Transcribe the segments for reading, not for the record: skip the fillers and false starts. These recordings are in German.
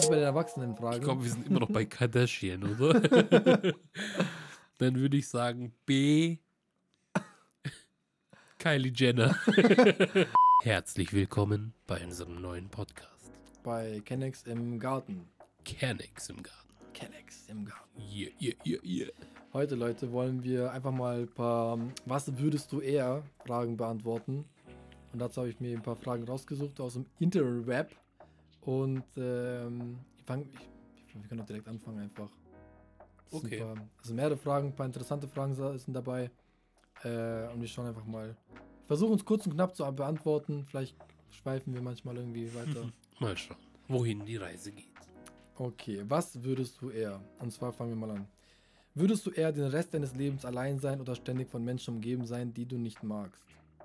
bei den Erwachsenenfragen. Ich glaube, wir sind immer noch bei Kardashian, oder? Dann würde ich sagen B. Kylie Jenner. Herzlich willkommen bei unserem neuen Podcast. Bei Kennex im Garten. Kennex im Garten. Kennex im Garten. Yeah. Heute, Leute, wollen wir einfach mal ein paar Was würdest du eher Fragen beantworten. Und dazu habe ich mir ein paar Fragen rausgesucht aus dem Interweb. Und wir können doch direkt anfangen einfach. Okay. Super. Also mehrere Fragen, ein paar interessante Fragen sind dabei. Und wir schauen einfach mal. Versuchen uns kurz und knapp zu beantworten. Vielleicht schweifen wir manchmal irgendwie weiter. Mal schauen, wohin die Reise geht. Okay, was würdest du eher? Und zwar fangen wir mal an. Würdest du eher den Rest deines Lebens allein sein oder ständig von Menschen umgeben sein, die du nicht magst?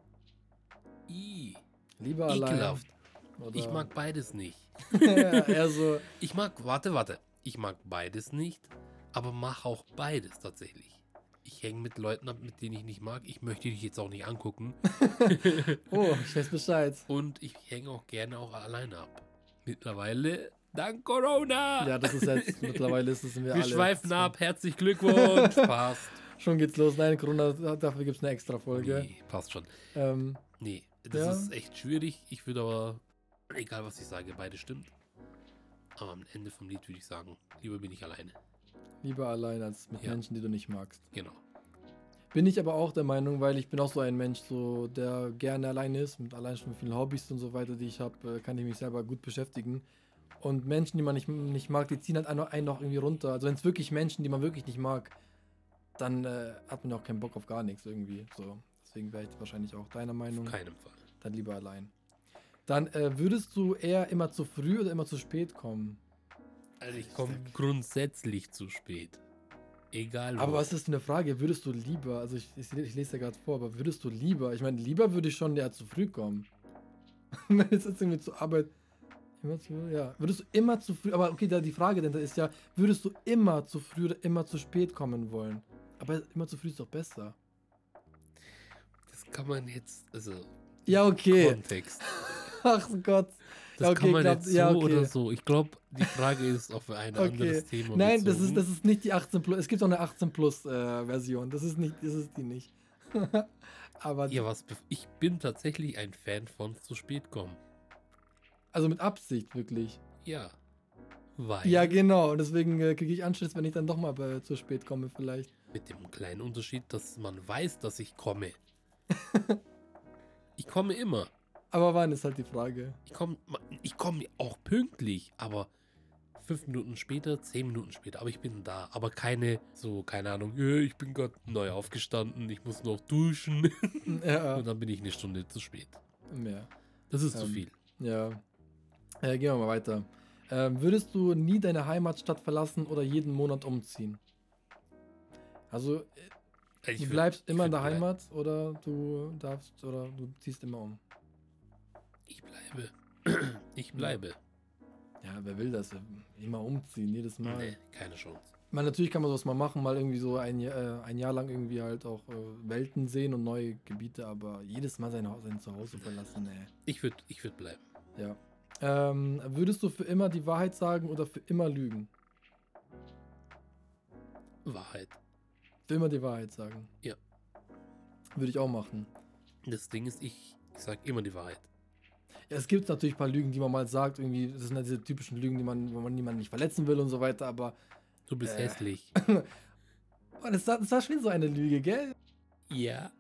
Lieber allein. Ekelhaft. Oder Ich mag beides nicht. eher so. Ich mag, warte. Ich mag beides nicht, aber mach auch beides tatsächlich. Ich hänge mit Leuten ab, mit denen ich nicht mag. Ich möchte dich jetzt auch nicht angucken. Oh, ich weiß Bescheid. Und ich hänge auch gerne auch alleine ab. Mittlerweile, dank Corona. Ja, das ist jetzt, mittlerweile ist es wir alle. Wir schweifen ab. Herzlich Glückwunsch. Passt. Schon geht's los. Nein, Corona, dafür gibt es eine extra Folge. Nee, passt schon. Nee, Das ja. ist echt schwierig. Ich würde aber, egal was ich sage, beide stimmt. Aber am Ende vom Lied würde ich sagen, lieber bin ich alleine. Lieber allein als mit Ja. Menschen, die du nicht magst. Genau. Bin ich aber auch der Meinung, weil ich bin auch so ein Mensch, so, der gerne alleine ist, mit allein schon vielen Hobbys und so weiter, die ich habe, kann ich mich selber gut beschäftigen. Und Menschen, die man nicht mag, die ziehen halt einen noch irgendwie runter. Also wenn es wirklich Menschen, die man wirklich nicht mag, dann hat man auch keinen Bock auf gar nichts irgendwie. So. Deswegen wäre ich wahrscheinlich auch deiner Meinung. Auf keinen Fall. Dann lieber allein. Dann würdest du eher immer zu früh oder immer zu spät kommen? Also ich komme grundsätzlich zu spät. Egal wo. Aber was ist denn eine Frage? Würdest du lieber, also ich lese ja gerade vor, aber würdest du lieber, ich meine, lieber würde ich schon ja zu früh kommen. Wenn jetzt irgendwie zur Arbeit, immer zu, ja, würdest du immer zu früh, aber okay, da die Frage denn da ist ja, würdest du immer zu früh oder immer zu spät kommen wollen? Aber immer zu früh ist doch besser. Das kann man jetzt, also Ja, okay. Kontext. Ach Gott. Das Ja, okay, kann man klappt. jetzt so Ja, okay. oder so. Ich glaube, die Frage ist auf ein anderes Thema. Nein, bezogen. das ist nicht die 18 Plus. Es gibt auch eine 18 Plus Version. Das ist die nicht. Aber Ja, ich bin tatsächlich ein Fan von zu spät kommen. also mit Absicht wirklich. Ja. Weil Ja, genau. Und deswegen kriege ich Anschluss, wenn ich dann doch mal zu spät komme, vielleicht. mit dem kleinen Unterschied, dass man weiß, dass ich komme. Ich komme immer. Aber wann ist halt die Frage. Ich komme auch pünktlich, aber 5 Minuten später, 10 Minuten später, aber ich bin da. Aber keine Ahnung, ich bin gerade neu aufgestanden, ich muss noch duschen. Ja, Und dann bin ich eine Stunde zu spät. mehr. Das ist zu viel. Ja. Gehen wir mal weiter. Würdest du nie deine Heimatstadt verlassen oder jeden Monat umziehen? Also, du bleibst immer in der Heimat oder du ziehst immer um? Ich bleibe. Ja, wer will das? Immer umziehen, jedes Mal. Nee, keine Chance. Ich meine, natürlich kann man sowas mal machen, mal irgendwie so ein Jahr lang irgendwie halt auch Welten sehen und neue Gebiete, aber jedes Mal sein Zuhause verlassen, nee. Ich würd bleiben. Ja. Würdest du für immer die Wahrheit sagen oder für immer lügen? Wahrheit. Für immer die Wahrheit sagen. Ja. Würde ich auch machen. Das Ding ist, ich sag immer die Wahrheit. Ja, es gibt natürlich ein paar Lügen, die man mal sagt, irgendwie, das sind halt diese typischen Lügen, wo man niemanden nicht verletzen will und so weiter, aber Du bist hässlich. oh, das war schon so eine Lüge, gell? Ja.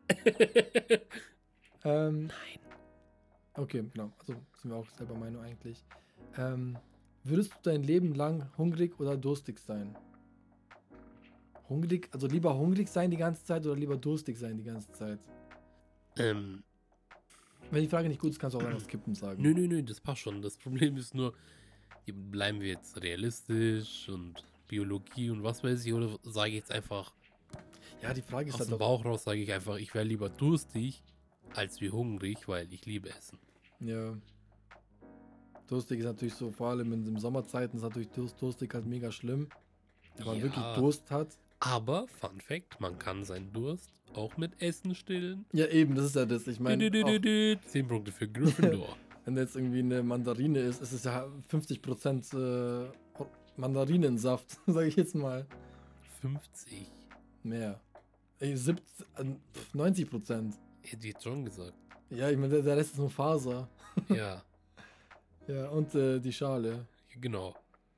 Nein. Okay, genau. Also sind wir auch selber Meinung eigentlich. Würdest du dein Leben lang hungrig oder durstig sein? Hungrig, also lieber hungrig sein die ganze Zeit oder lieber durstig sein die ganze Zeit? Wenn die Frage nicht gut ist, kannst du auch einfach skippen sagen. Nö, das passt schon. Das Problem ist nur, hier bleiben wir jetzt realistisch und Biologie und was weiß ich, oder sage ich jetzt einfach Ja, die Frage ist aus halt dem auch, Bauch raus, sage ich einfach, ich wäre lieber durstig als wie hungrig, weil ich liebe Essen. ja. Durstig ist natürlich so, vor allem in den Sommerzeiten ist natürlich durstig halt mega schlimm. Wenn man Ja. wirklich Durst hat. Aber, Fun Fact, man kann seinen Durst auch mit Essen stillen. Ja, eben, das ist ja das. Ich meine, 10 Punkte für Gryffindor. Wenn da jetzt irgendwie eine Mandarine ist, ist es ja 50% Mandarinensaft, sage ich jetzt mal. 50. Mehr. Ey, 90%. Hätte ich jetzt schon gesagt. Ja, ich meine, der Rest ist nur Faser. Ja, Ja, und die Schale. genau.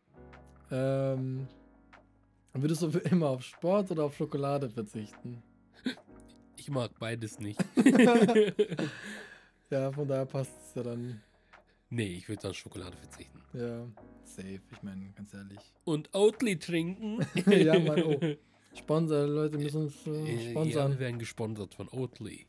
Würdest du für immer auf Sport oder auf Schokolade verzichten? Ich mag beides nicht. Ja, von daher passt es ja dann. Nee, ich würde an Schokolade verzichten. Ja, safe. Ich meine, ganz ehrlich. Und Oatly trinken. Ja, Mann, oh. Sponsor, Leute müssen uns Ja, wir sponsern. werden gesponsert von Oatly.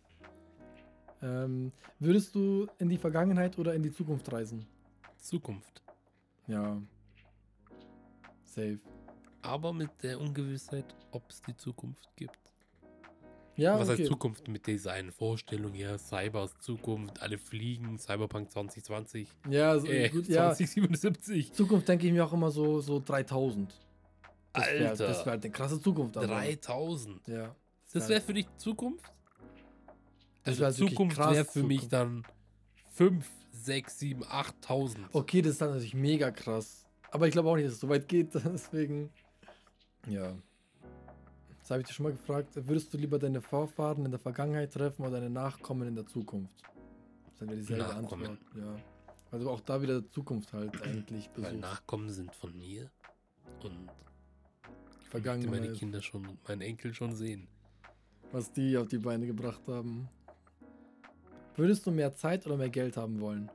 Würdest du in die Vergangenheit oder in die Zukunft reisen? Zukunft. Ja. Safe. Aber mit der Ungewissheit, ob es die Zukunft gibt. Ja, Was heißt okay. Zukunft mit dieser einen Vorstellung? Ja, Cybers Zukunft, alle fliegen, Cyberpunk 2020, Ja, so, gut, ja. 2077. Zukunft denke ich mir auch immer so 3000. Das wäre Alter, halt eine krasse Zukunft. Aber. 3000. Ja. Das wäre für dich Zukunft? Das Also wär halt wirklich Zukunft krass wäre für mich Zukunft. dann 5, 6, 7, 8000. Okay, das ist dann natürlich mega krass. Aber ich glaube auch nicht, dass es so weit geht. Deswegen. Ja. Das habe ich dich schon mal gefragt. Würdest du lieber deine Vorfahren in der Vergangenheit treffen oder deine Nachkommen in der Zukunft? Das ist dann wieder dieselbe Nachkommen. Antwort. Ja. Also auch da wieder Zukunft halt eigentlich Weil besucht. Nachkommen sind von mir und ich möchte Vergangenheit. meine Kinder schon und meinen Enkel schon sehen. Was die auf die Beine gebracht haben. Würdest du mehr Zeit oder mehr Geld haben wollen?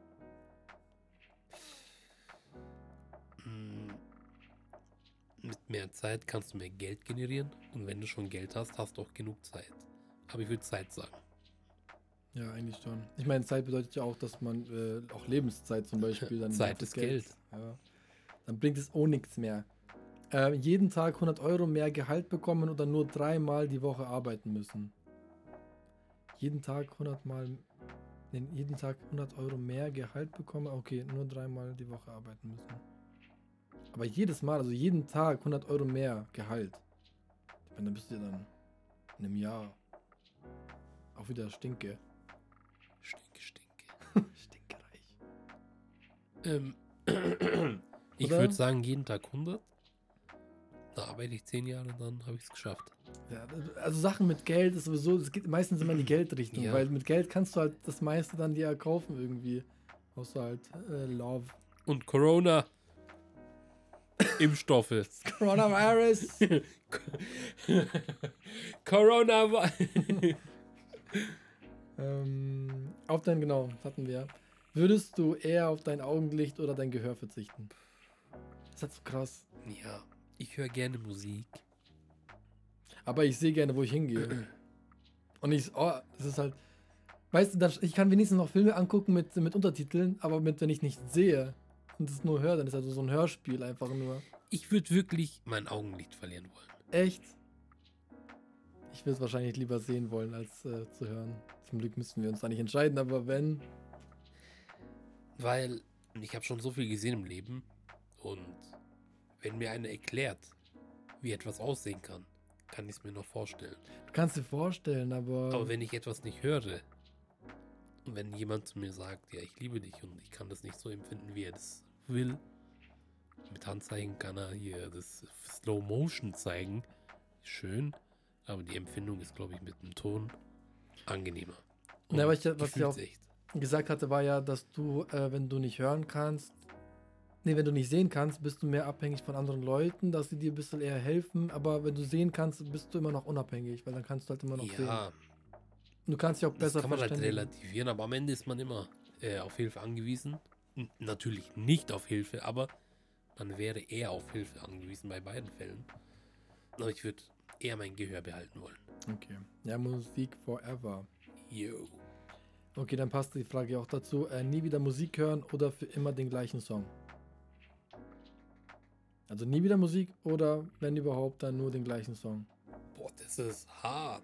Mit mehr Zeit kannst du mehr Geld generieren und wenn du schon Geld hast, hast du auch genug Zeit. Aber ich würde Zeit sagen. Ja, eigentlich schon. Ich meine, Zeit bedeutet ja auch, dass man auch Lebenszeit zum Beispiel dann. Zeit das ist Geld. Ja. Dann bringt es auch nichts mehr. Jeden Tag 100 Euro mehr Gehalt bekommen oder nur 3-mal die Woche arbeiten müssen. Jeden Tag 100 Mal. Nee, jeden Tag 100 Euro mehr Gehalt bekommen. Okay, nur 3-mal die Woche arbeiten müssen. Aber jedes Mal, also jeden Tag 100 Euro mehr Gehalt. Ich meine, dann bist du ja dann in einem Jahr auch wieder Stinke. Stinke. Stinkereich. Ich Oder? würde sagen, jeden Tag 100. Da arbeite ich 10 Jahre, dann habe ich es geschafft. Ja, also Sachen mit Geld ist sowieso, es geht meistens immer in die Geldrichtung, Ja. weil mit Geld kannst du halt das meiste dann dir kaufen irgendwie. Außer halt Love. Und Corona. Impfstoffe. Coronavirus! Corona. Auf dein, genau, das hatten wir. Würdest du eher auf dein Augenlicht oder dein Gehör verzichten? Das ist halt so krass. Ja, ich höre gerne Musik. Aber ich sehe gerne, wo ich hingehe. Und das ist halt. Weißt du, ich kann wenigstens noch Filme angucken mit Untertiteln, aber wenn ich nicht sehe und es nur höre, dann ist also so ein Hörspiel einfach nur. Ich würde wirklich mein Augenlicht verlieren wollen. Echt? Ich würde es wahrscheinlich lieber sehen wollen, als zu hören. Zum Glück müssen wir uns da nicht entscheiden, aber wenn. Weil ich habe schon so viel gesehen im Leben und wenn mir einer erklärt, wie etwas aussehen kann, kann ich es mir noch vorstellen. Du kannst dir vorstellen, aber. Aber wenn ich etwas nicht höre und wenn jemand zu mir sagt, ja, ich liebe dich und ich kann das nicht so empfinden, wie er das will, mit Handzeichen kann er hier das Slow Motion zeigen, schön, aber die Empfindung ist, glaube ich, mit dem Ton angenehmer. Na, was ich fühl's auch echt. gesagt hatte, war ja, dass du, wenn du nicht hören kannst, wenn du nicht sehen kannst, bist du mehr abhängig von anderen Leuten, dass sie dir ein bisschen eher helfen, aber wenn du sehen kannst, bist du immer noch unabhängig, weil dann kannst du halt immer noch sehen. Ja, Du kannst dich auch das besser kann man halt verständigen. relativieren, aber am Ende ist man immer auf Hilfe angewiesen. Natürlich nicht auf Hilfe, aber man wäre eher auf Hilfe angewiesen bei beiden Fällen. Aber ich würde eher mein Gehör behalten wollen. Okay. Ja, Musik forever. Yo. Okay, dann passt die Frage auch dazu. Nie wieder Musik hören oder für immer den gleichen Song? Also nie wieder Musik oder wenn überhaupt, dann nur den gleichen Song? Boah, das ist hart.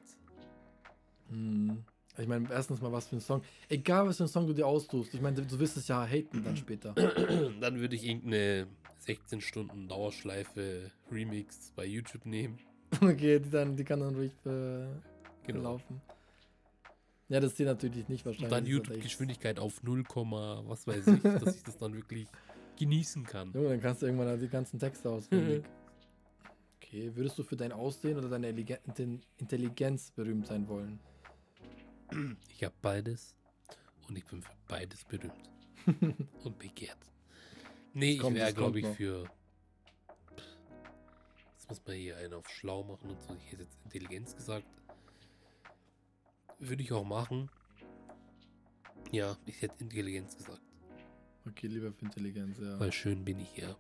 Ich meine, erstens mal, was für ein Song. Egal, was für ein Song du dir austust. Ich meine, du wirst es ja haten dann später. Dann würde ich irgendeine 16 Stunden Dauerschleife Remix bei YouTube nehmen. Okay, die kann dann ruhig Genau. laufen. Ja, das ist natürlich nicht Und wahrscheinlich. dann das ist halt echt- YouTube-Geschwindigkeit auf 0, was weiß ich, dass ich das dann wirklich genießen kann. Junge, dann kannst du irgendwann halt die ganzen Texte auswendig. Okay, würdest du für dein Aussehen oder deine Intelligenz berühmt sein wollen? Ich habe beides und ich bin für beides berühmt und begehrt. Nee, Das kommt- ich wäre, das kommt glaube ich, noch. für. Jetzt muss man hier einen auf schlau machen und so. Ich hätte jetzt Intelligenz gesagt. Würde ich auch machen. Ja, ich hätte Intelligenz gesagt. Okay, lieber für Intelligenz, ja. Weil schön bin ich ja.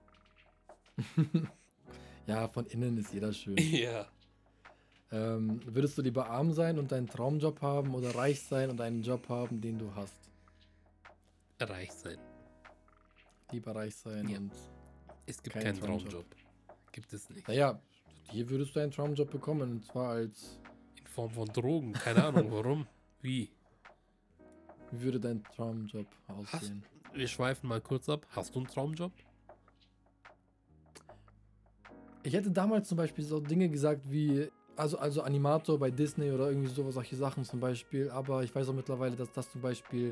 Ja, von innen ist jeder schön. Ja. Würdest du lieber arm sein und einen Traumjob haben oder reich sein und einen Job haben, den du hast? Reich sein. Lieber reich sein Ja. und. Es gibt Kein keinen Traumjob. Traumjob. Gibt es nicht. Naja, hier würdest du einen Traumjob bekommen und zwar als. In Form von Drogen. Keine Ahnung, warum. Wie? Wie würde dein Traumjob aussehen? Wir schweifen mal kurz ab. Hast du einen Traumjob? Ich hätte damals zum Beispiel so Dinge gesagt wie. Also Animator bei Disney oder irgendwie so, solche Sachen zum Beispiel, aber ich weiß auch mittlerweile, dass das zum Beispiel.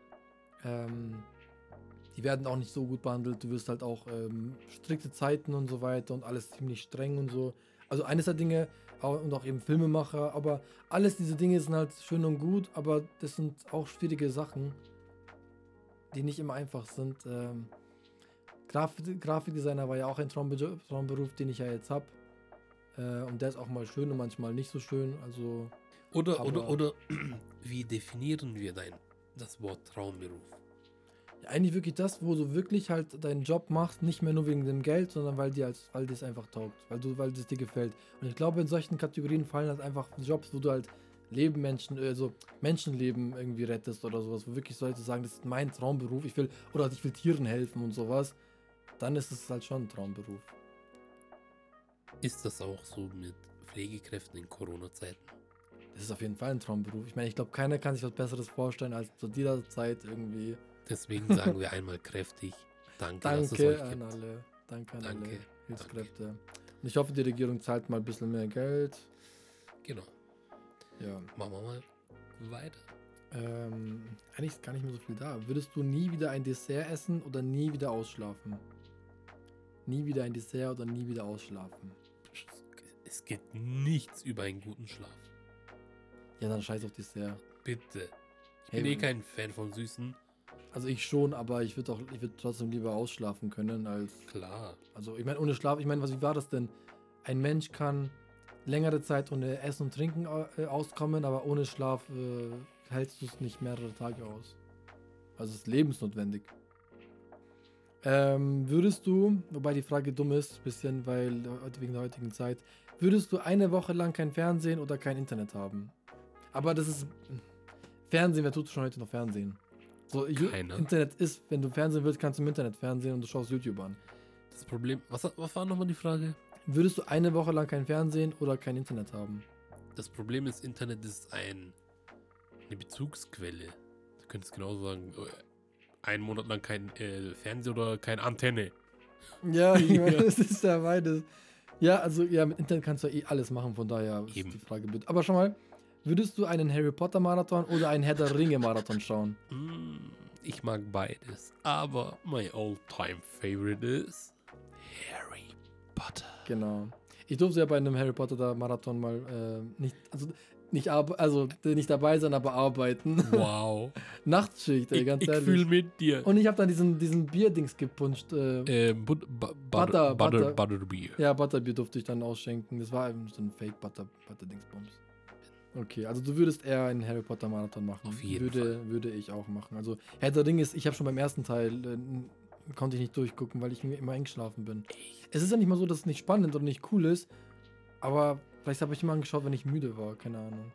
Die werden auch nicht so gut behandelt. Du wirst halt auch strikte Zeiten und so weiter und alles ziemlich streng und so. Also eines der Dinge und auch eben Filmemacher, aber alles diese Dinge sind halt schön und gut, aber das sind auch schwierige Sachen, die nicht immer einfach sind. Grafikdesigner war ja auch ein Traumberuf, den ich ja jetzt habe. Und der ist auch mal schön und manchmal nicht so schön. Also Oder wie definieren wir das Wort Traumberuf? ja, eigentlich wirklich das, wo du wirklich halt deinen Job machst, nicht mehr nur wegen dem Geld, sondern weil dir es einfach taugt, weil es dir gefällt. Und ich glaube, in solchen Kategorien fallen halt einfach Jobs, wo du halt Menschenleben irgendwie rettest oder sowas, wo wirklich Leute sagen, das ist mein Traumberuf, ich will Tieren helfen und sowas, dann ist es halt schon ein Traumberuf. Ist das auch so mit Pflegekräften in Corona-Zeiten? Das ist auf jeden Fall ein Traumberuf. Ich meine, ich glaube, keiner kann sich was Besseres vorstellen, als zu dieser Zeit irgendwie. Deswegen sagen wir einmal kräftig Danke, dass es Danke euch an gibt. alle. Danke an Danke, alle Hilfskräfte. Und ich hoffe, die Regierung zahlt mal ein bisschen mehr Geld. Genau. Ja. Machen wir mal weiter. Eigentlich ist gar nicht mehr so viel da. Würdest du nie wieder ein Dessert essen oder nie wieder ausschlafen? Nie wieder ein Dessert oder nie wieder ausschlafen? Es geht nichts über einen guten Schlaf. Ja, dann scheiß auf Dessert. Bitte. Ich Hey, bin kein Fan von Süßen. Also ich schon, aber ich würde trotzdem lieber ausschlafen können als. Klar. Also ich meine, ohne Schlaf, wie war das denn? Ein Mensch kann längere Zeit ohne Essen und Trinken auskommen, aber ohne Schlaf hältst du es nicht mehrere Tage aus. Also es ist lebensnotwendig. Würdest du, wobei die Frage dumm ist, bisschen, wegen der heutigen Zeit, würdest du eine Woche lang kein Fernsehen oder kein Internet haben? Aber das ist Fernsehen, wer tut schon heute noch Fernsehen? So, Keiner. Internet ist, wenn du Fernsehen willst, kannst du im Internet Fernsehen und du schaust YouTube an. Das Problem, was war nochmal die Frage? Würdest du eine Woche lang kein Fernsehen oder kein Internet haben? Das Problem ist, Internet ist eine Bezugsquelle. Du könntest genauso sagen, einen Monat lang kein Fernseher oder keine Antenne. Ja, ich meine, das ist ja beides. Ja, also ja, mit Internet kannst du ja alles machen, von daher ist Eben. die Frage bitte. Aber schau mal, würdest du einen Harry Potter Marathon oder einen Herr der Ringe Marathon schauen? Ich mag beides, aber my all-time favorite ist Harry Potter. Genau. Ich durfte ja bei einem Harry Potter Marathon mal nicht dabei sein, aber arbeiten. Wow. Nachtschicht, ey, ganz ich ehrlich. fühle mit dir. Und ich habe dann diesen Bierdings gepuncht. Butterbeer. Ja, Butterbier durfte ich dann ausschenken. Das war eben so ein Fake Butterdingsbums. Okay, also du würdest eher einen Harry Potter Marathon machen. Auf jeden Fall. Würde ich auch machen. Also Herr der Ringe ich habe schon beim ersten Teil konnte ich nicht durchgucken, weil ich immer eingeschlafen bin. Es ist ja nicht mal so, dass es nicht spannend oder nicht cool ist, aber vielleicht habe ich immer angeschaut, wenn ich müde war, keine Ahnung.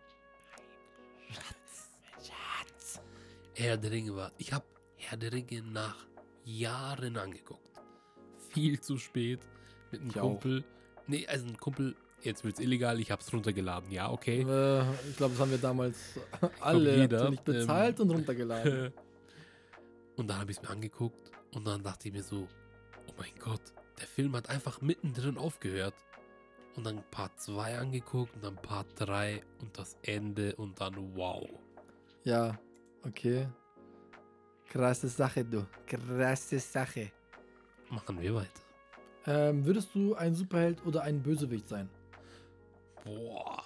Schatz. Herr der Ringe war. Ich habe Herr der Ringe nach Jahren angeguckt. Viel zu spät. Mit einem Ich auch. Kumpel. Nee, also ein Kumpel. Jetzt wird's illegal, ich hab's runtergeladen. Ja, okay. Ich glaube, das haben wir damals alle jeder, natürlich bezahlt und runtergeladen. Und dann habe ich es mir angeguckt und dann dachte ich mir so, oh mein Gott, der Film hat einfach mittendrin aufgehört. Und dann Part 2 angeguckt und dann Part 3 und das Ende und dann wow. Ja, okay. Krasse Sache, du. Krasse Sache. Machen wir weiter. Würdest du ein Superheld oder ein Bösewicht sein? Boah.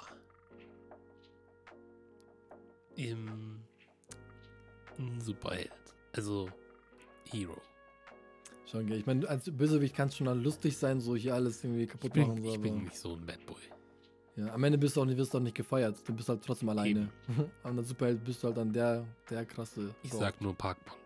Ein Superheld. Also Hero. Schon, ich meine, als Bösewicht kannst du schon mal lustig sein, so hier alles irgendwie kaputt machen. So, Ich bin aber nicht so ein Bad Boy. ja, am Ende wirst du auch nicht gefeiert. Du bist halt trotzdem alleine. Aber als Superheld bist du halt dann der krasse. Ich Bro. sag nur Parkbank.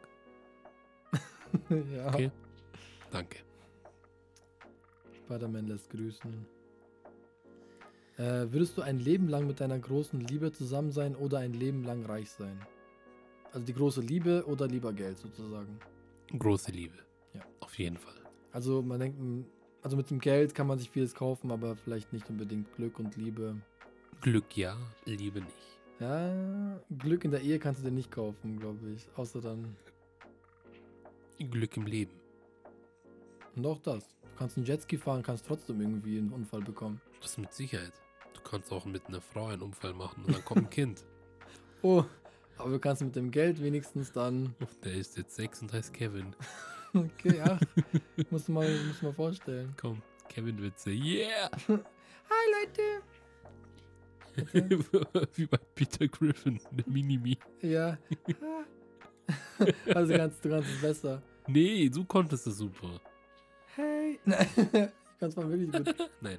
Ja. Okay. Danke. Spider-Man lässt grüßen. Würdest du ein Leben lang mit deiner großen Liebe zusammen sein oder ein Leben lang reich sein? Also die große Liebe oder lieber Geld sozusagen. Große Liebe. Ja. Auf jeden Fall. Also man denkt, also mit dem Geld kann man sich vieles kaufen, aber vielleicht nicht unbedingt Glück und Liebe. Glück ja, Liebe nicht. Ja, Glück in der Ehe kannst du dir nicht kaufen, glaube ich. Außer dann. Glück im Leben. Und auch das. Du kannst einen Jetski fahren, kannst trotzdem irgendwie einen Unfall bekommen. Das mit Sicherheit. Du kannst auch mit einer Frau einen Unfall machen und dann kommt ein Kind. Oh, aber du kannst mit dem Geld wenigstens dann. Der ist jetzt 6 und heißt Kevin. Okay, ja. muss mal vorstellen. Komm, Kevin-Witze. Yeah! Hi Leute! Wie bei Peter Griffin, der Minimi. Ja. Also du kannst es besser. Nee, du konntest es super. Hey. Nein, ich kann es mal wirklich gut. Nein.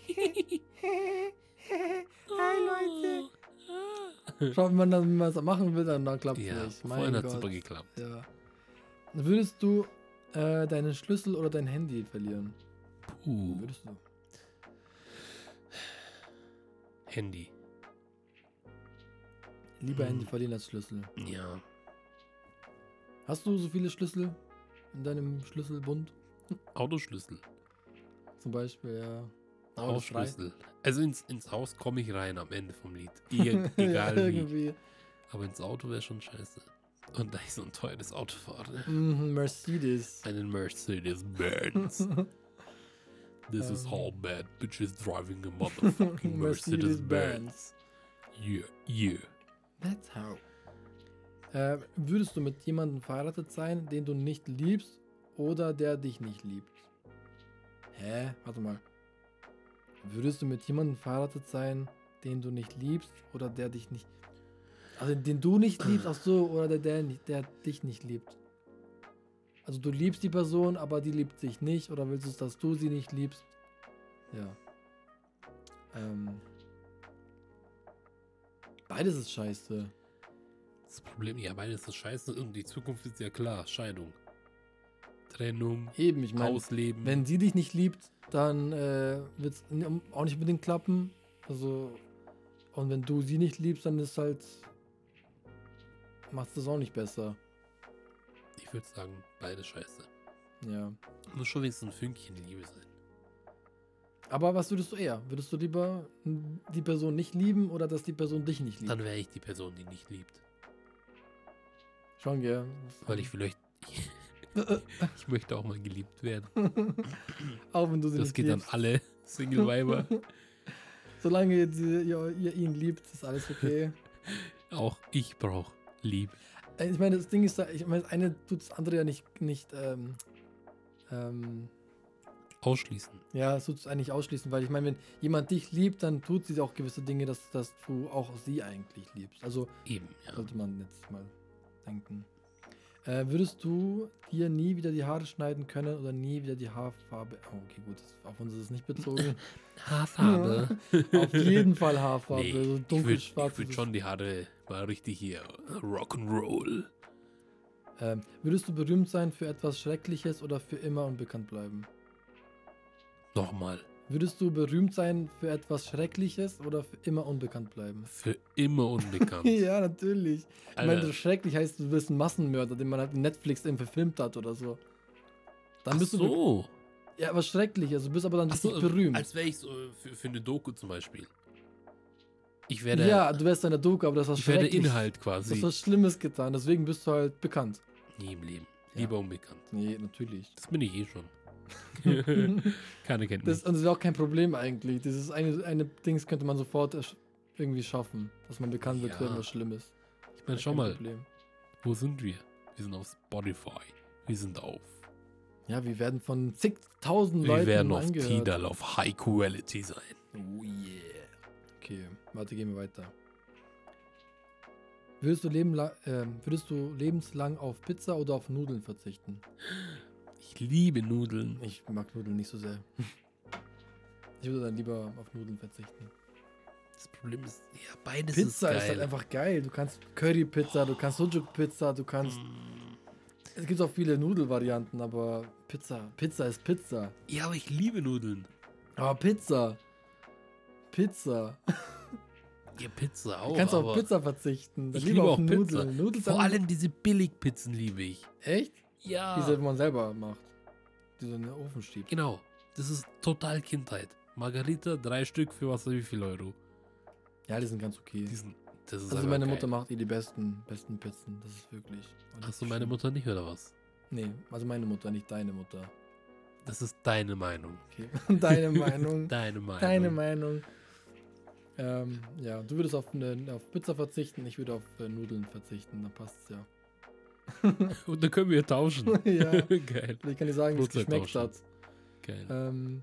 Hi Leute. Schau, wenn man es machen will, dann klappt es Ja, nicht. vorhin hat es super geklappt. Ja. Würdest du deinen Schlüssel oder dein Handy verlieren? Würdest du? Handy. Lieber Handy verlieren als Schlüssel. Ja. Hast du so viele Schlüssel in deinem Schlüsselbund? Autoschlüssel. Zum Beispiel, ja. Hausschlüssel. Also ins Haus komme ich rein am Ende vom Lied. Egal ja, wie. irgendwie. Aber ins Auto wäre schon scheiße. Und da ich so ein teures Auto fahre. Mercedes. Einen Mercedes-Benz. This is how bad bitches driving a motherfucking Mercedes-Benz. Yeah, yeah. That's how. Würdest du mit jemandem verheiratet sein, den du nicht liebst oder der dich nicht liebt? Hä? Warte mal. Würdest du mit jemandem verheiratet sein, den du nicht liebst oder der dich nicht... Also den du nicht liebst, ach so, oder der dich nicht liebt. Also du liebst die Person, aber die liebt dich nicht, oder willst du, dass du sie nicht liebst? Ja. Beides ist scheiße. Das Problem, ja, beides ist scheiße und die Zukunft ist ja klar. Scheidung. Trennung. Eben, ich meine, Ausleben. wenn sie dich nicht liebt, dann wird es auch nicht unbedingt klappen. Also, und wenn du sie nicht liebst, dann ist halt, macht es das auch nicht besser. Ich würde sagen, beides scheiße. Ja. Muss schon wenigstens ein Fünkchen Liebe sein. Aber was würdest du eher? Würdest du lieber die Person nicht lieben oder dass die Person dich nicht liebt? Dann wäre ich die Person, die nicht liebt. Schon, ja. Weil ich vielleicht... ich möchte auch mal geliebt werden. Auch wenn du sie Das nicht geht liebst. an alle Single-Weiber. Solange ihr ihn liebt, ist alles okay. Auch ich brauche Liebe. Ich meine, das Ding ist, ich meine, das eine tut das andere ja nicht Ausschließen. ja, es tut es eigentlich ausschließen, weil ich meine, wenn jemand dich liebt, dann tut sie auch gewisse Dinge, dass du auch sie eigentlich liebst. Also Eben, ja. sollte man jetzt mal denken. Würdest du dir nie wieder die Haare schneiden können oder nie wieder die Haarfarbe? Oh, okay, gut, auf uns ist es nicht bezogen. Haarfarbe. Auf jeden Fall Haarfarbe, Nee, so ich dunkelschwarz. würde schon die Haare mal richtig hier Rock'n'Roll. Würdest du berühmt sein für etwas Schreckliches oder für immer unbekannt bleiben? Nochmal. Würdest du berühmt sein für etwas Schreckliches oder für immer unbekannt bleiben? Für immer unbekannt. Ja, natürlich. Ich meine, Alter. das schrecklich heißt, du bist ein Massenmörder, den man halt in Netflix eben verfilmt hat oder so. Dann Ach bist du so. ja, aber schrecklich, also du bist aber dann Ach richtig so, berühmt. als wäre ich so für eine Doku zum Beispiel. Ich werde, Ja, du wärst in der Doku, aber das war ich werde schrecklich. Inhalt Du hast quasi. was Schlimmes getan, deswegen bist du halt bekannt. Nie im Leben. Ja. Lieber unbekannt. Nee, natürlich. Das bin ich eh schon. Keine Kenntnis. Und das wäre auch kein Problem eigentlich. Dieses eine Dings könnte man sofort irgendwie schaffen, dass man bekannt wird für Ja. irgendwas Schlimmes. Dann schau Kein mal, Problem. wo sind wir? Wir sind auf Spotify. Wir sind auf. Ja, wir werden von zigtausend Leuten Wir werden auf angehört. Tidal auf High Quality sein. Oh yeah. Okay, warte, gehen wir weiter. Würdest du lebenslang auf Pizza oder auf Nudeln verzichten? Ich liebe Nudeln. Ich mag Nudeln nicht so sehr. Ich würde dann lieber auf Nudeln verzichten. Das Problem ist, ja, beides Pizza ist ist halt geil. einfach geil. Du kannst Curry-Pizza, du kannst Sujuk-Pizza, du kannst... Es gibt auch viele Nudelvarianten, aber Pizza ist Pizza. Ja, aber ich liebe Nudeln. Aber Pizza. Ja, Pizza auch. Du kannst aber auf Pizza verzichten. Dann ich lieber liebe auf auch Pizza. Nudeln. Nudeln Vor sind- allem diese Billigpizzen liebe ich. Echt? Ja. Diese, die man selber macht. Die so in den Ofen schiebt. Genau. Das ist total Kindheit. Margarita, 3 Stück für was, wie viel Euro? Ja, die sind ganz okay. Das ist Also einfach meine geil. Mutter macht die besten Pizzen. Das ist wirklich. Hast du meine Mutter nicht oder was? Nee, also meine Mutter, nicht deine Mutter. Das ist deine Meinung. Okay. Deine Meinung. Deine Meinung. Deine Meinung. Ja, du würdest auf Pizza verzichten, ich würde auf Nudeln verzichten, dann passt's ja. Und dann können wir tauschen. Ja. Geil. Ich kann dir sagen, wie es Brotzeit geschmeckt tauschen. hat. Geil.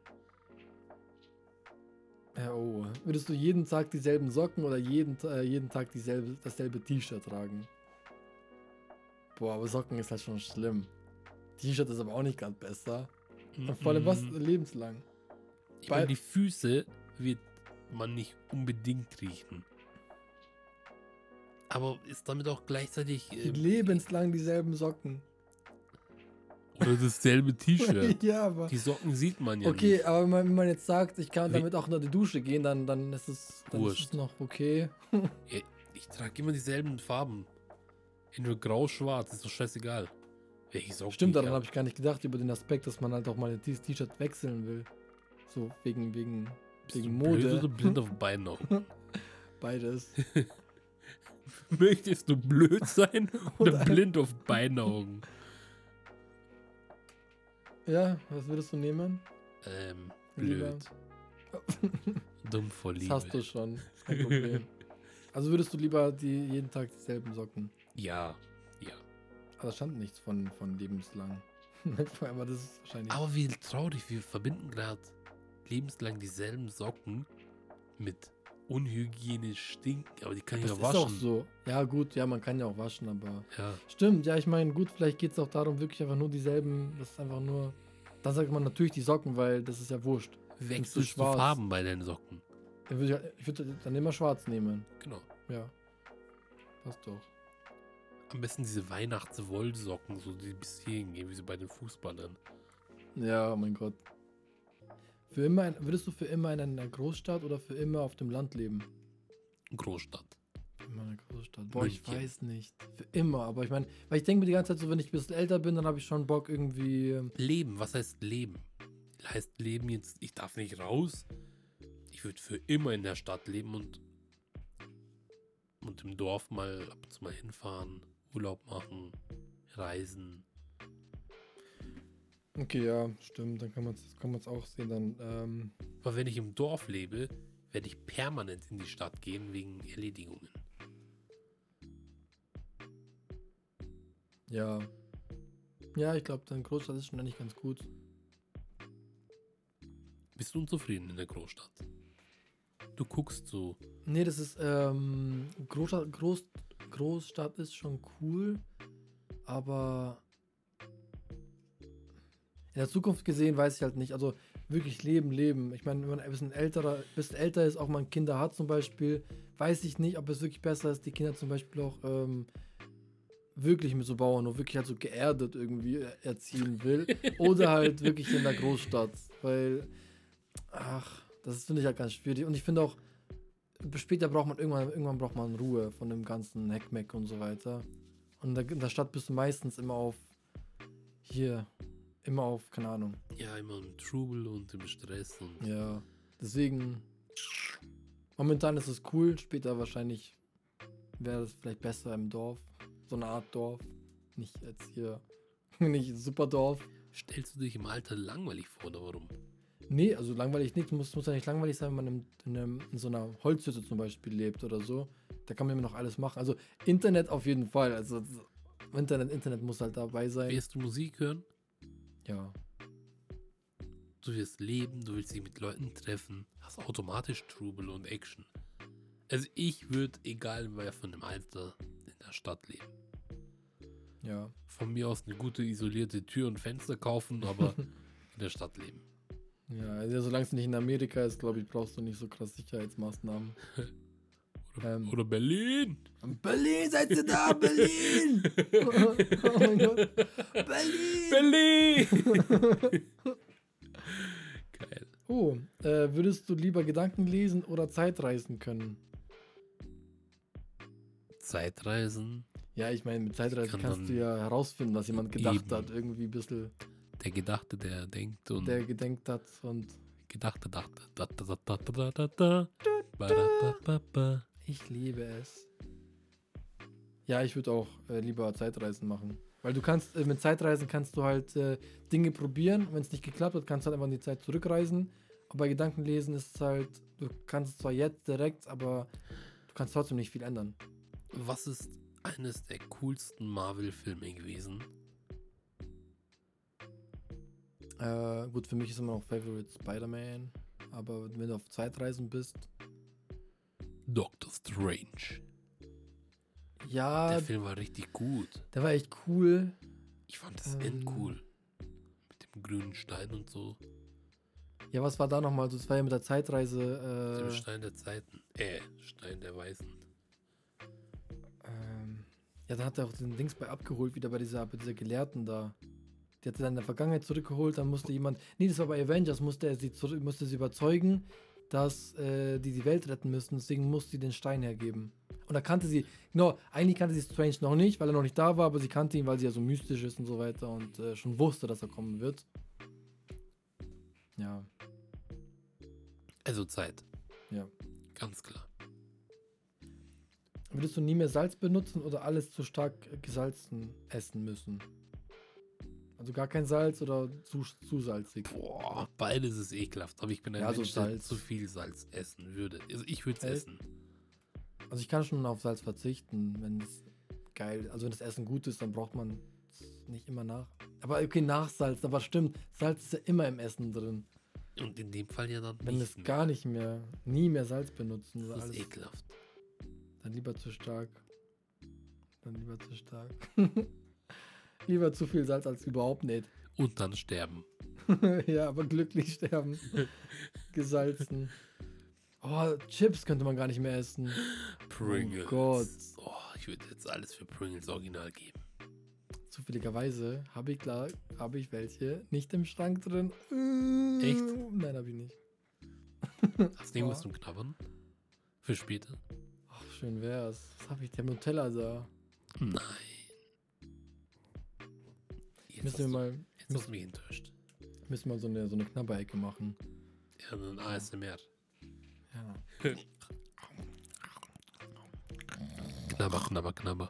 Ja, oh. Würdest du jeden Tag dieselben Socken oder jeden Tag dasselbe T-Shirt tragen? Boah, aber Socken ist halt schon schlimm. T-Shirt ist aber auch nicht gerade besser. Und vor allem was lebenslang. Ich meine, die Füße wird man nicht unbedingt riechen. Aber ist damit auch gleichzeitig Lebenslang dieselben Socken. oder dasselbe T-Shirt. Ja, aber. Die Socken sieht man ja Okay, nicht. aber wenn man jetzt sagt, ich kann Wie- damit auch unter die Dusche gehen, dann ist es Wurscht. noch okay. Ich trage immer dieselben Farben. Entweder grau, schwarz, ist doch scheißegal. Welche Socken Stimmt, ich daran hab. habe ich gar nicht gedacht, über den Aspekt, dass man halt auch mal dieses T-Shirt wechseln will. So wegen Bist du Mode. blöd oder blind auf beiden Augen? Beides. Möchtest du blöd sein oder Oder- blind auf beiden Augen? Ja, was würdest du nehmen? Blöd. Lieber? Dumm vor Das Liebe. hast du schon. Ist kein Problem. Also würdest du lieber jeden Tag dieselben Socken? Ja, ja. Aber da stand nichts von lebenslang. Aber das ist wahrscheinlich. Aber wie traurig, wir verbinden gerade lebenslang dieselben Socken mit unhygienisch stinken, aber die kann ich das ja ist waschen. auch so. Ja, gut, ja, man kann ja auch waschen, aber. Ja, Stimmt, ja, ich meine, gut, vielleicht geht es auch darum, wirklich einfach nur dieselben. Das ist einfach nur. Dann sagt man natürlich die Socken, weil das ist ja wurscht. wechselst du schwarz. Farben bei deinen Socken? Ich würde dann immer schwarz nehmen. Genau. Ja. Passt doch. Am besten diese Weihnachtswollsocken, so die bis hierhin gehen, wie sie bei den Fußballern. Ja, oh mein Gott. Würdest du für immer in einer Großstadt oder für immer auf dem Land leben? Großstadt. In einer Großstadt. Boah, ich München. weiß nicht. Für immer, aber ich meine, weil ich denke mir die ganze Zeit so, wenn ich ein bisschen älter bin, dann habe ich schon Bock irgendwie. Leben, was heißt Leben? Heißt Leben jetzt, ich darf nicht raus? Ich würde für immer in der Stadt leben und im Dorf mal ab und zu mal hinfahren, Urlaub machen, reisen. Okay, ja, stimmt, dann kann man es auch sehen. Dann, Aber wenn ich im Dorf lebe, werde ich permanent in die Stadt gehen wegen Erledigungen. ja. Ja, ich glaube, dann Großstadt ist schon eigentlich ganz gut. Bist du unzufrieden in der Großstadt? Du guckst so. Nee, das ist, Großstadt ist schon cool, aber in der Zukunft gesehen weiß ich halt nicht. Also wirklich leben. Ich meine, wenn man ein bisschen älter ist, auch mal Kinder hat zum Beispiel, weiß ich nicht, ob es wirklich besser ist, die Kinder zum Beispiel auch wirklich mit so Bauern und wirklich halt so geerdet irgendwie erziehen will. Oder halt wirklich in der Großstadt. Weil, das finde ich halt ganz schwierig. Und ich finde auch, später braucht man irgendwann braucht man Ruhe von dem ganzen Heckmeck und so weiter. Und in der Stadt bist du meistens immer auf keine Ahnung. Ja, immer im Trubel und im Stress und Ja, deswegen, momentan ist es cool, später wahrscheinlich wäre es vielleicht besser im Dorf. So eine Art Dorf. Nicht jetzt hier, nicht ein super Dorf. stellst du dich im Alter langweilig vor, oder warum? Nee, also langweilig nicht. Muss ja nicht langweilig sein, wenn man in so einer Holzhütte zum Beispiel lebt oder so. Da kann man immer noch alles machen. Also Internet auf jeden Fall. Also Internet muss halt dabei sein. Wirst du Musik hören? Ja. Du wirst leben, du willst dich mit Leuten treffen, hast automatisch Trubel und Action. Also ich würde, egal wer von dem Alter, in der Stadt leben. Ja. Von mir aus eine gute isolierte Tür und Fenster kaufen, aber in der Stadt leben. Ja, also solange es nicht in Amerika ist, glaube ich, brauchst du nicht so krass Sicherheitsmaßnahmen. Oder Berlin! Berlin, seid ihr da? Berlin! Oh mein Gott. Berlin! Berlin! Geil. Oh, würdest du lieber Gedanken lesen oder Zeitreisen können? Zeitreisen. Ja, ich meine, mit Zeitreisen kann kannst dann du ja herausfinden, was jemand gedacht eben. hat. Irgendwie ein bisschen, Der Gedachte, der denkt und der gedenkt hat und Gedachte dachte. Da, da, da, da, da, da, da. Ba, da, ba, ba, ba. ich liebe es. Ja, ich würde auch lieber Zeitreisen machen. Weil du kannst, mit Zeitreisen kannst du halt Dinge probieren. Wenn es nicht geklappt hat, kannst du halt einfach in die Zeit zurückreisen. Aber bei Gedankenlesen ist es halt, du kannst es zwar jetzt direkt, aber du kannst trotzdem nicht viel ändern. Was ist eines der coolsten Marvel-Filme gewesen? Gut, für mich ist immer noch Favorite Spider-Man. Aber wenn du auf Zeitreisen bist, Doctor Strange. ja, Der Film war richtig gut. der war echt cool. Ich fand das endcool. Mit dem grünen Stein und so. Ja, was war da nochmal? Das war ja mit der Dem Zeitreise. Stein der Zeiten. Stein der Weisen. Ja, da hat er auch den Dings bei abgeholt, wieder bei dieser Gelehrten da. Die hat er dann in der Vergangenheit zurückgeholt, dann musste jemand. Nee, das war bei Avengers, musste sie überzeugen, dass die Welt retten müssen, deswegen musste sie den Stein hergeben. Und da kannte sie, genau, eigentlich kannte sie Strange noch nicht, weil er noch nicht da war, aber sie kannte ihn, weil sie ja so mystisch ist und so weiter und schon wusste, dass er kommen wird. Ja. Also Zeit. Ja. Ganz klar. Würdest du nie mehr Salz benutzen oder alles zu stark gesalzen essen müssen? Also gar kein Salz oder zu salzig? Boah, beides ist ekelhaft. Aber ich bin ein Ja, so Mensch, der Salz. zu viel Salz essen würde. Also ich würde es Echt? essen. Also ich kann schon auf Salz verzichten, wenn es geil, also wenn das Essen gut ist, dann braucht man es nicht immer nach. Aber okay, Nachsalz, aber stimmt, Salz ist ja immer im Essen drin. Und in dem Fall ja dann Wenn nicht es mehr. gar nicht mehr, nie mehr Salz benutzen oder Das ist alles, ekelhaft. dann lieber zu stark. Dann lieber zu stark. Lieber zu viel Salz als überhaupt nicht. Und dann sterben. Ja, aber glücklich sterben. Gesalzen. Oh, Chips könnte man gar nicht mehr essen. Pringles. Oh Gott. Oh, ich würde jetzt alles für Pringles Original geben. Zufälligerweise habe ich welche nicht im Schrank drin. Echt? Nein, habe ich nicht. Hast du irgendwas zum Knabbern? Für später? Ach, schön wär's. Was habe ich? Der Nutella da. Nein. Jetzt Müssen wir jetzt hast du mich enttäuscht. mal so eine Knabberecke machen. Ja, dann ASMR. Ja. Knabber, knabber, knabber.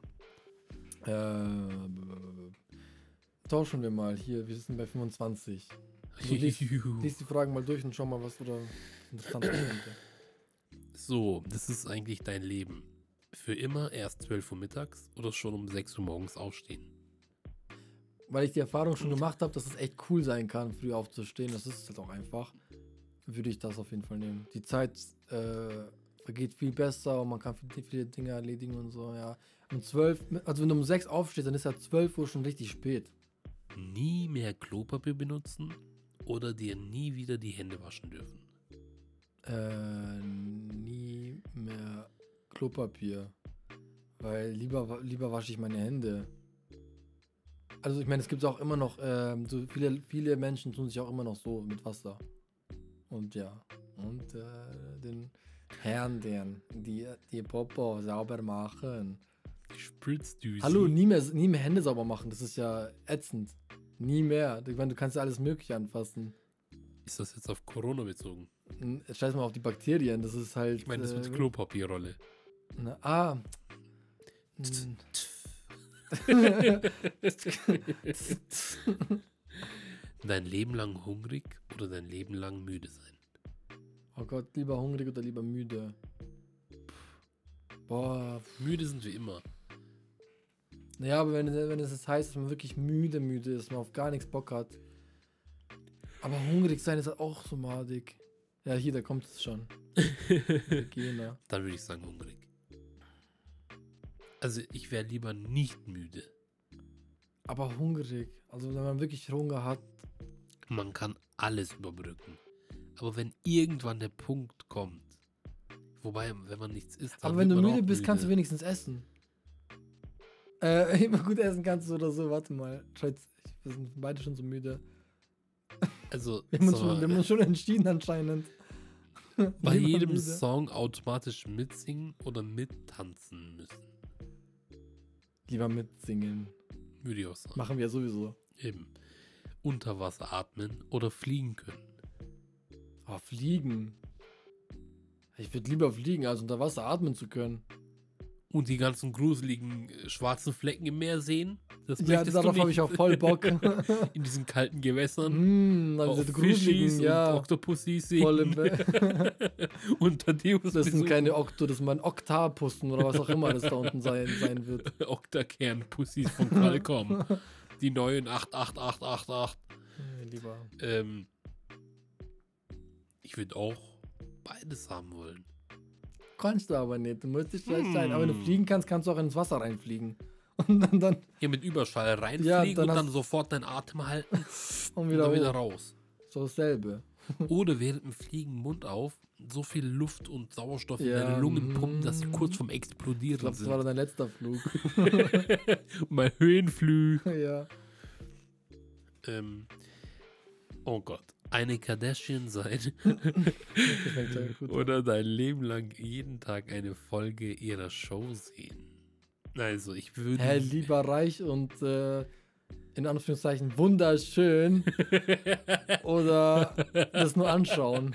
Tauschen wir mal hier. Wir sind bei 25. Also lies die Fragen mal durch und schau mal, was du da interessant könnte. So, das ist eigentlich dein Leben. Für immer erst 12 Uhr mittags oder schon um 6 Uhr morgens aufstehen? Weil ich die Erfahrung schon gemacht habe, dass es echt cool sein kann, früh aufzustehen. Das ist halt auch einfach. Würde ich das auf jeden Fall nehmen. Die Zeit vergeht viel besser und man kann viele Dinge erledigen und so, ja. Um 12, also wenn du um 6 aufstehst, dann ist ja 12 Uhr schon richtig spät. Nie mehr Klopapier benutzen oder dir nie wieder die Hände waschen dürfen? Nie mehr Klopapier. Weil lieber wasche ich meine Hände. Also ich meine, es gibt auch immer noch, so viele Menschen tun sich auch immer noch so mit Wasser. Und ja. Und den Herren, die Popo sauber machen. Die Spritzdüse. Hallo, nie mehr Hände sauber machen. Das ist ja ätzend. Nie mehr. Ich meine, du kannst ja alles Mögliche anfassen. Ist das jetzt auf Corona bezogen? Scheiß mal auf die Bakterien. Das ist halt. Ich meine, das mit Klopapierrolle. Na, Dein Leben lang hungrig oder dein Leben lang müde sein? Oh Gott, lieber hungrig oder lieber müde? Boah. Müde sind wir immer. Naja, aber wenn es jetzt heißt, dass man wirklich müde ist, man auf gar nichts Bock hat. Aber hungrig sein ist halt auch so madig. Ja, hier, da kommt es schon. Gena. Dann würde ich sagen hungrig. Also ich wäre lieber nicht müde. Aber hungrig. Also wenn man wirklich Hunger hat. Man kann alles überbrücken. Aber wenn irgendwann der Punkt kommt, wobei, wenn man nichts isst, dann Aber wenn wird du man müde auch bist, kannst du müde. wenigstens essen. Immer gut essen kannst du oder so. Warte mal. Scheiße, wir sind beide schon so müde. Also Wir haben sag mal, uns schon entschieden anscheinend. bei Lieber jedem müde. Song automatisch mitsingen oder mittanzen müssen. Lieber mitsingen. Würde ich auch sagen. Machen wir sowieso. Eben. Unter Wasser atmen oder fliegen können. Oh, fliegen. Ich würde lieber fliegen, als unter Wasser atmen zu können. Und die ganzen gruseligen schwarzen Flecken im Meer sehen. Das Ja, möchtest du darauf habe nicht. ich auch voll Bock. In diesen kalten Gewässern. Also Auch diese Fischis gruseligen, und ja. Oktopussys sehen. Voll im Unter dem Das sind keine das ist mein Oktapussen oder was auch immer das da unten sein wird. Oktakern-Pussys von Qualcomm. Die neuen 88888. Lieber. Ich würde auch beides haben wollen. Kannst du aber nicht. Du musst nicht gleich sein. Aber wenn du fliegen kannst, kannst du auch ins Wasser reinfliegen. Und dann Hier mit Überschall reinfliegen Ja, und dann dann hast- sofort deinen Atem halten und und wieder, dann wieder hoch. raus. So dasselbe. Oder während dem Fliegen Mund auf, so viel Luft und Sauerstoff in Ja, deine Lungen pumpen, dass sie kurz vorm Ich Explodieren glaube, das sind. war dann dein letzter Flug. Mein Höhenflug. Ja. Oh Gott. Eine Kardashian sein Das fängt sehr gut an. oder dein Leben lang jeden Tag eine Folge ihrer Show sehen. Also ich würde... Hä, lieber reich und in Anführungszeichen wunderschön oder das nur anschauen.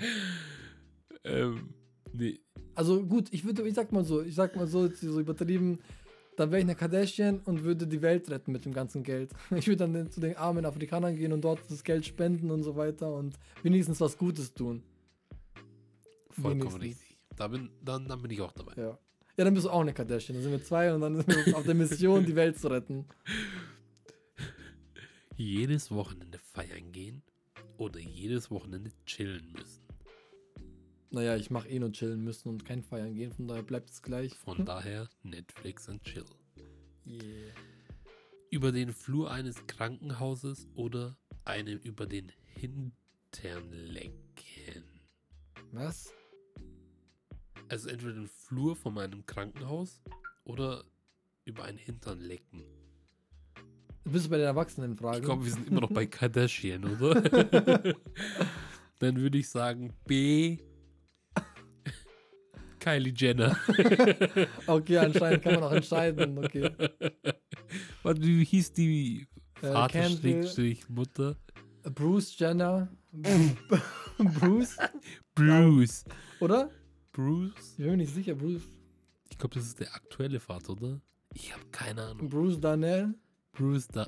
Nee. Also gut, ich sag mal so, so übertrieben, dann wäre ich eine Kardashian und würde die Welt retten mit dem ganzen Geld. Ich würde dann zu den armen Afrikanern gehen und dort das Geld spenden und so weiter und wenigstens was Gutes tun. Vollkommen Wenigstens. richtig. Dann bin ich auch dabei. Ja. Ja, dann bist du auch eine Kardashian. Dann sind wir zwei und dann sind wir auf der Mission, die Welt zu retten. Jedes Wochenende feiern gehen oder jedes Wochenende chillen müssen. Naja, ich mache nur chillen müssen und kein feiern gehen, von daher bleibt es gleich. Von daher Netflix und chill. Yeah. Über den Flur eines Krankenhauses oder einem über den Hintern lecken. Was? Also entweder den Flur von meinem Krankenhaus oder über einen Hintern lecken. Bist du bei den Erwachsenen Ich fragen? glaube, wir sind immer noch bei Kardashian, oder? Dann würde ich sagen B. Kylie Jenner. Okay, anscheinend kann man auch entscheiden. Okay. Warte, wie hieß die Kendall. Vater-Mutter? Bruce Jenner. Bruce? Bruce. Oder? Bruce? Ich bin mir nicht sicher. Bruce. Ich glaube, das ist der aktuelle Vater, oder? Ich habe keine Ahnung. Bruce Darnell. Bruce da.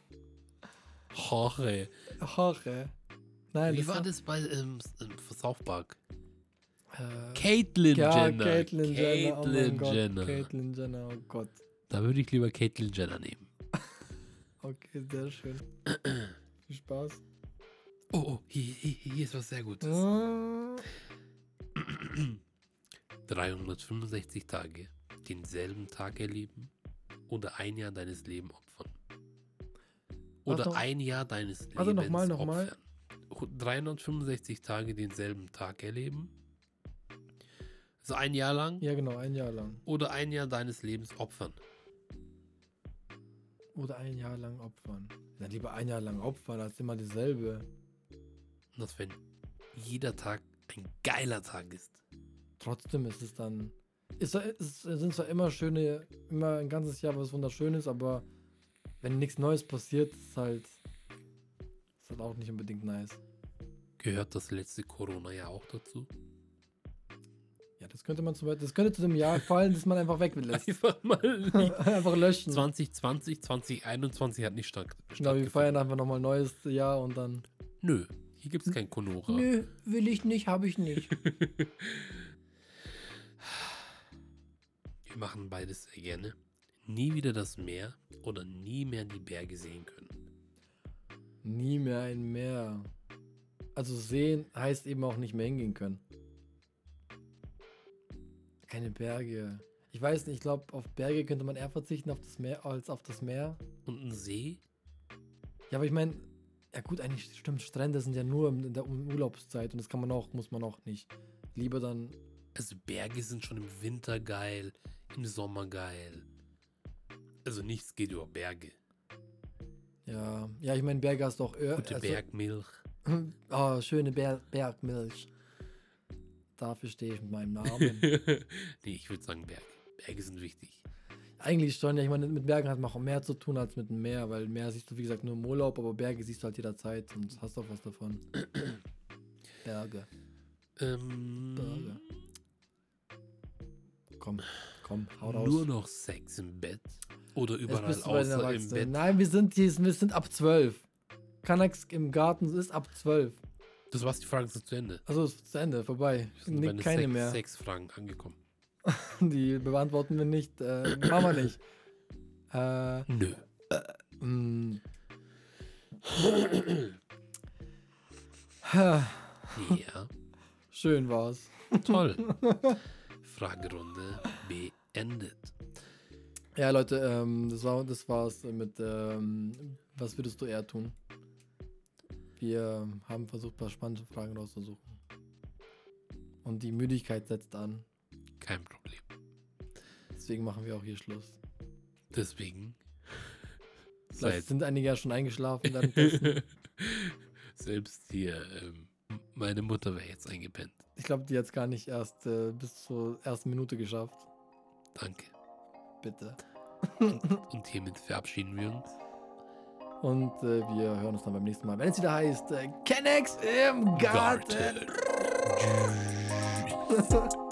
Jorge. Jorge. Nein, Wie war das bei South Park? Äh, Caitlyn ja, Jenner. Caitlyn Jenner. Oh mein Caitlyn Gott. Jenner. Caitlyn Jenner, oh Gott. Da würde ich lieber Caitlyn Jenner nehmen. Okay, sehr schön. Viel Spaß. Oh, hier ist was sehr Gutes. Ah. 365 Tage denselben Tag erleben oder ein Jahr deines Lebens opfern. Oder Warte, ein Jahr deines Lebens warte, nochmal. opfern. 365 Tage denselben Tag erleben. Also ein Jahr lang. Ja, genau, ein Jahr lang. Oder ein Jahr deines Lebens opfern. Oder ein Jahr lang opfern. Na, lieber ein Jahr lang opfern, als immer dieselbe. Und das, wenn jeder Tag ein geiler Tag ist. Trotzdem ist es dann. Es sind zwar immer ein ganzes Jahr was Wunderschönes, aber wenn nichts Neues passiert, ist halt auch nicht unbedingt nice. Gehört das letzte Corona-Jahr auch dazu? Ja, das könnte zu dem Jahr fallen, das man einfach weglässt. Einfach mal. Einfach löschen. 2020, 2021 hat nicht Genau, wir stattgefunden. feiern einfach nochmal ein neues Jahr und dann. Nö, hier gibt es kein Konora. Nö, will ich nicht, habe ich nicht. Wir machen beides sehr gerne. Nie wieder das Meer oder nie mehr die Berge sehen können. Nie mehr ein Meer. Also sehen heißt eben auch nicht mehr hingehen können. Keine Berge. Ich weiß nicht, ich glaube, auf Berge könnte man eher verzichten auf das Meer als auf das Meer. Und ein See? Ja, aber ich meine, ja gut, eigentlich stimmt, Strände sind ja nur in der Urlaubszeit und das kann man auch, muss man auch nicht. Lieber dann, Also Berge sind schon im Winter geil, im Sommer geil. Also nichts geht über Berge. ja, ich meine, Berge hast du auch Gute Bergmilch. Oh, schöne Bergmilch. Dafür stehe ich mit meinem Namen. Nee, ich würde sagen Berge. Berge sind wichtig. Eigentlich schon, ja, ich meine, mit Bergen hat man auch mehr zu tun als mit dem Meer, weil Meer siehst du, wie gesagt, nur im Urlaub, aber Berge siehst du halt jederzeit und hast auch was davon. Berge. Berge. Komm, hau raus. Nur noch Sex im Bett oder Jetzt überall bist du bei den außer im Erwachsenen. Bett. Nein, wir sind ab 12. Kanax im Garten ist ab 12. Das war's, die Fragen sind zu Ende. Also ist zu Ende, vorbei. Wir sind bei den Keine mehr. 6 Fragen angekommen. Die beantworten wir nicht. Machen wir nicht. Nö. Ja, Schön war's. toll. Fragerunde beendet. Ja, Leute, das war's mit was würdest du eher tun? Wir haben versucht, ein paar spannende Fragen rauszusuchen. Und die Müdigkeit setzt an. Kein Problem. Deswegen machen wir auch hier Schluss. Deswegen Vielleicht sind einige ja schon eingeschlafen währenddessen. selbst hier, meine Mutter wäre jetzt eingepennt. Ich glaube, die hat es gar nicht erst bis zur ersten Minute geschafft. Danke. Bitte. Und hiermit verabschieden wir uns. Und wir hören uns dann beim nächsten Mal, wenn es wieder heißt, Kennex im Garten. Garten.